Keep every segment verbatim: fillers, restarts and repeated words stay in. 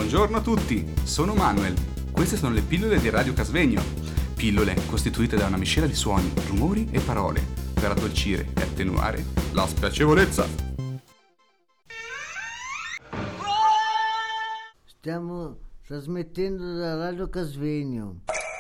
Buongiorno a tutti, sono Manuel. Queste sono le pillole di Radio Casvegno. Pillole costituite da una miscela di suoni, rumori e parole per addolcire e attenuare la spiacevolezza. Stiamo trasmettendo da Radio Casvegno.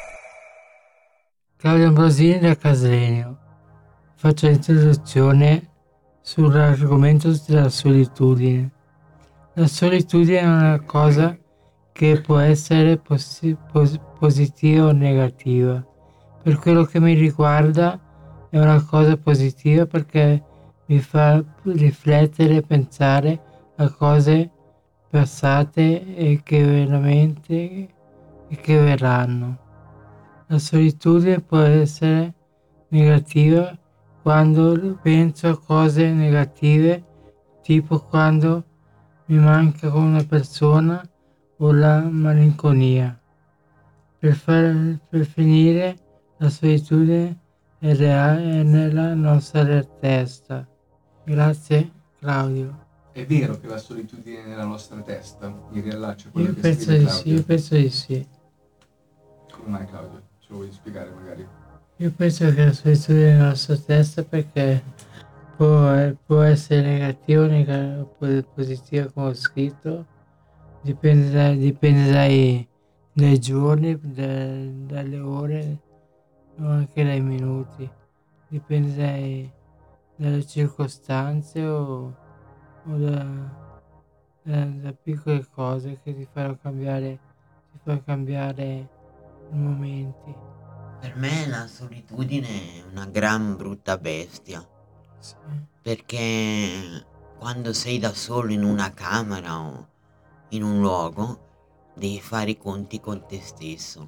Claudio Ambrosini da Casvegno. Faccio l'introduzione sull'argomento della solitudine. La solitudine è una cosa che può essere posi- pos- positiva o negativa. Per quello che mi riguarda è una cosa positiva perché mi fa riflettere e pensare a cose passate e che veramente e che verranno. La solitudine può essere negativa quando penso a cose negative, tipo quando mi manca una persona o la malinconia. Per, far, per finire, la solitudine è reale è nella nostra testa. Grazie Claudio. È vero che la solitudine è nella nostra testa? Mi riallaccio a quello Io che penso scrive di Claudio. sì, io penso di sì. Come mai, Claudio? Ce lo vuoi spiegare magari? Io penso che la solitudine è nella nostra testa perché può, può essere negativa o neg- positiva come ho scritto, dipende, da, dipende dai, dai giorni, da- dalle ore o anche dai minuti, dipende dai, dalle circostanze o, o da, da, da piccole cose che ti fanno cambiare, ti fanno cambiare i momenti. Per me la solitudine è una gran brutta bestia, Sì. perché quando sei da solo in una camera o in un luogo devi fare i conti con te stesso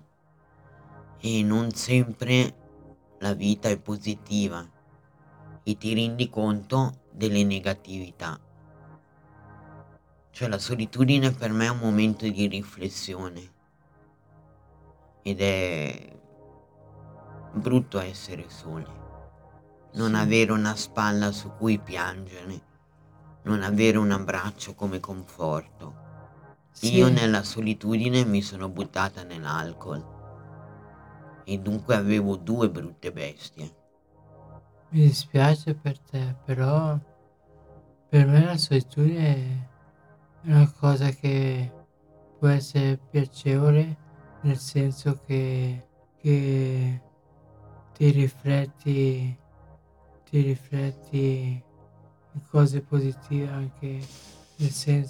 e non sempre la vita è positiva e ti rendi conto delle negatività. Cioè la solitudine per me è un momento di riflessione ed è brutto essere soli, non Sì. avere una spalla su cui piangere, non avere un abbraccio come conforto. Sì. Io nella solitudine mi sono buttata nell'alcol e dunque avevo due brutte bestie. Mi dispiace per te, però per me la solitudine è una cosa che può essere piacevole, nel senso che, che ti rifletti, ti rifletti in cose positive anche nel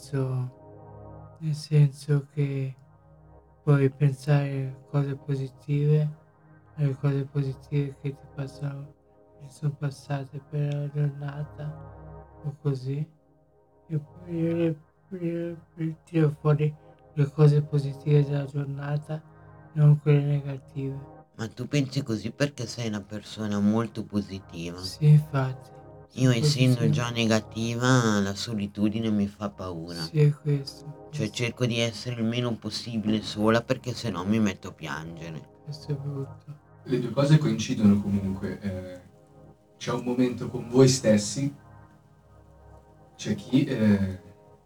senso, nel senso che puoi pensare a cose positive, alle cose positive che ti passano, che sono passate per la giornata o così. Io, io, io, io tiro fuori le cose positive della giornata, non quelle negative. Ma tu pensi così perché sei una persona molto positiva. Sì, infatti. Io sono essendo positivo. già negativa, la solitudine mi fa paura. Sì, è questo. Cioè cerco di essere il meno possibile sola perché sennò mi metto a piangere. Questo è brutto. Le due cose coincidono comunque. Eh, c'è un momento con voi stessi, c'è chi eh,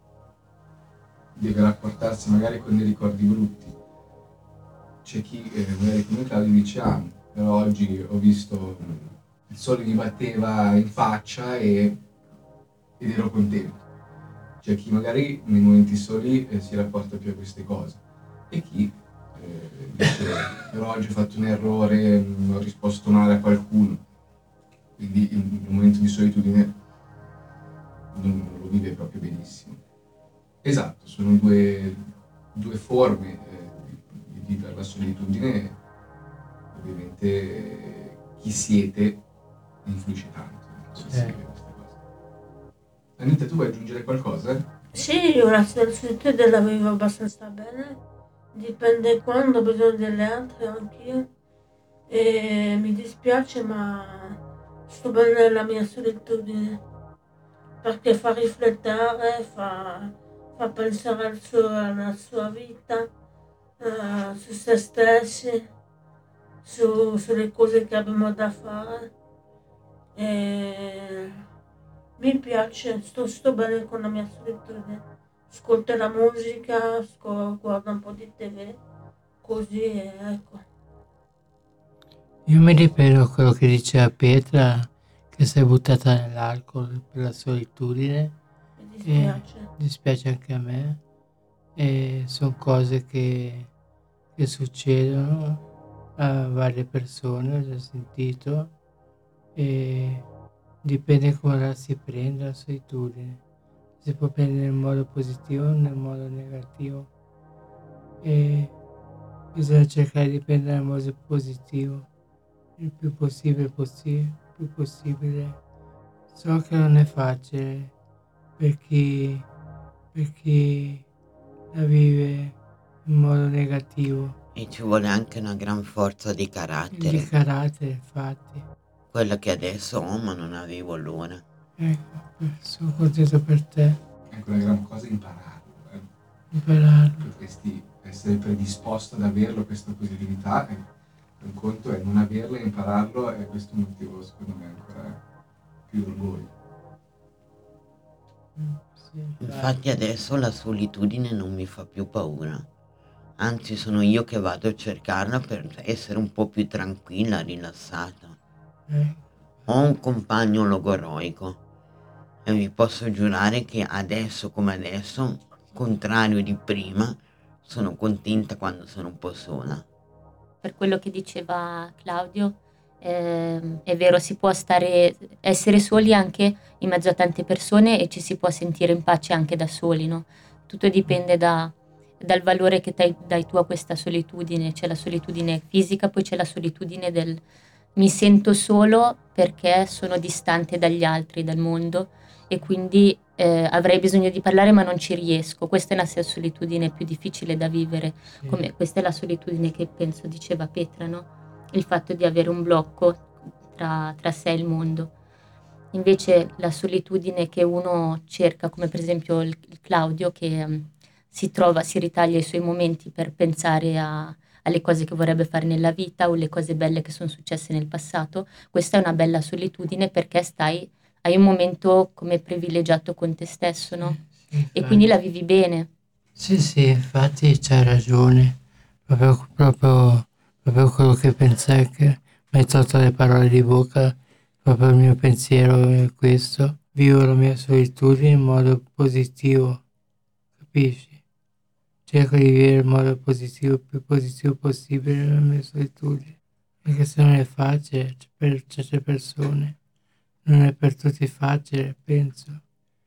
deve rapportarsi magari con dei ricordi brutti, c'è chi eh, magari come Claudio dice ah, però oggi ho visto mm, il sole mi batteva in faccia e, ed ero contento. C'è chi magari nei momenti soli eh, si rapporta più a queste cose e chi eh, dice però oggi ho fatto un errore, mh, ho risposto male a qualcuno, quindi il, il momento di solitudine non, non lo vive proprio benissimo. Esatto, sono due, due forme eh, di, di vivere la solitudine. Ovviamente eh, chi siete influisce tanto in come si Eh. vive queste cose. Anita, tu vuoi aggiungere qualcosa? Sì, io la solitudine la vivo abbastanza bene, dipende quando ho bisogno delle altre anch'io e mi dispiace ma sto bene nella mia solitudine perché fa riflettere, fa, fa pensare al suo- alla sua vita, eh, su se stessi, su- sulle cose che abbiamo da fare e mi piace, sto, sto bene con la mia solitudine. ascolta la musica, sco- guarda un po' di T V, così ecco. Io mi ripeto quello che diceva Petra, che si è buttata nell'alcol per la solitudine. Mi E dispiace. dispiace anche a me. E sono cose che, che succedono a varie persone, ho già sentito. E dipende come la si prende la solitudine. Si può prendere in modo positivo o nel modo negativo. E bisogna cercare di prendere in modo positivo il più possibile possibile, più possibile. So che non è facile per chi, per chi la vive in modo negativo. E ci vuole anche una gran forza di Di carattere, carattere, infatti. quella che adesso ho ma non avevo allora. Ecco, sono contento per te. Ecco, la gran cosa è impararlo. Eh. Impararlo. Potresti essere predisposto ad averlo, questa positività, e un conto è non averla e impararlo, e questo è un motivo secondo me ancora più orgoglio. Mm, sì, Infatti adesso la solitudine non mi fa più paura, anzi sono io che vado a cercarla per essere un po' più tranquilla, rilassata. ecco. Ho un compagno logoroico e vi posso giurare che adesso come adesso, contrario di prima, sono contenta quando sono un po' sola. Per quello che diceva Claudio, ehm, è vero, si può stare, essere soli anche in mezzo a tante persone e ci si può sentire in pace anche da soli, no? Tutto dipende da- dal valore che dai, dai tu a questa solitudine. C'è la solitudine fisica, poi c'è la solitudine del mi sento solo perché sono distante dagli altri, dal mondo e quindi eh, avrei bisogno di parlare ma non ci riesco. Questa è una solitudine più difficile da vivere. Sì. Come, questa è la solitudine che penso diceva Petra, no? Il fatto di avere un blocco tra, tra sé e il mondo. Invece la solitudine che uno cerca, come per esempio il, il Claudio che mm, si trova, si ritaglia i suoi momenti per pensare a- alle cose che vorrebbe fare nella vita o le cose belle che sono successe nel passato, questa è una bella solitudine perché stai, hai un momento come privilegiato con te stesso, no? Sì, E infatti. quindi la vivi bene. Sì, sì, infatti c'hai ragione. Proprio, proprio, proprio quello che pensai, che mi hai tolto le parole di bocca, proprio il mio pensiero è questo. Vivo la mia solitudine in modo positivo, capisci? Cerco di vivere in modo positivo, il più positivo possibile la mia solitudine. Perché se non è facile, c- per certe persone, non è per tutti facile, penso.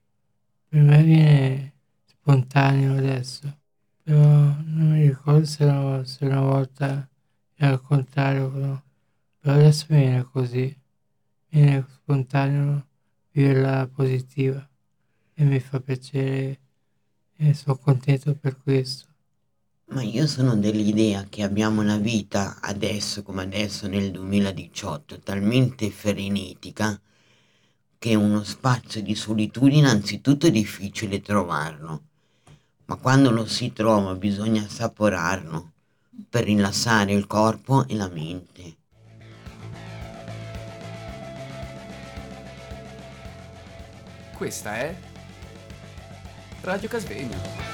Per me viene spontaneo adesso. Però non mi ricordo se una, se una volta era al contrario, no? Però adesso mi viene così, viene spontaneo viverla positiva e mi fa piacere e sono contento per questo. Ma io sono dell'idea che abbiamo una vita adesso come adesso nel duemiladiciotto talmente frenetica che uno spazio di solitudine anzitutto è difficile trovarlo, ma quando lo si trova bisogna assaporarlo per rilassare il corpo e la mente. Questa è Radio Casvegno.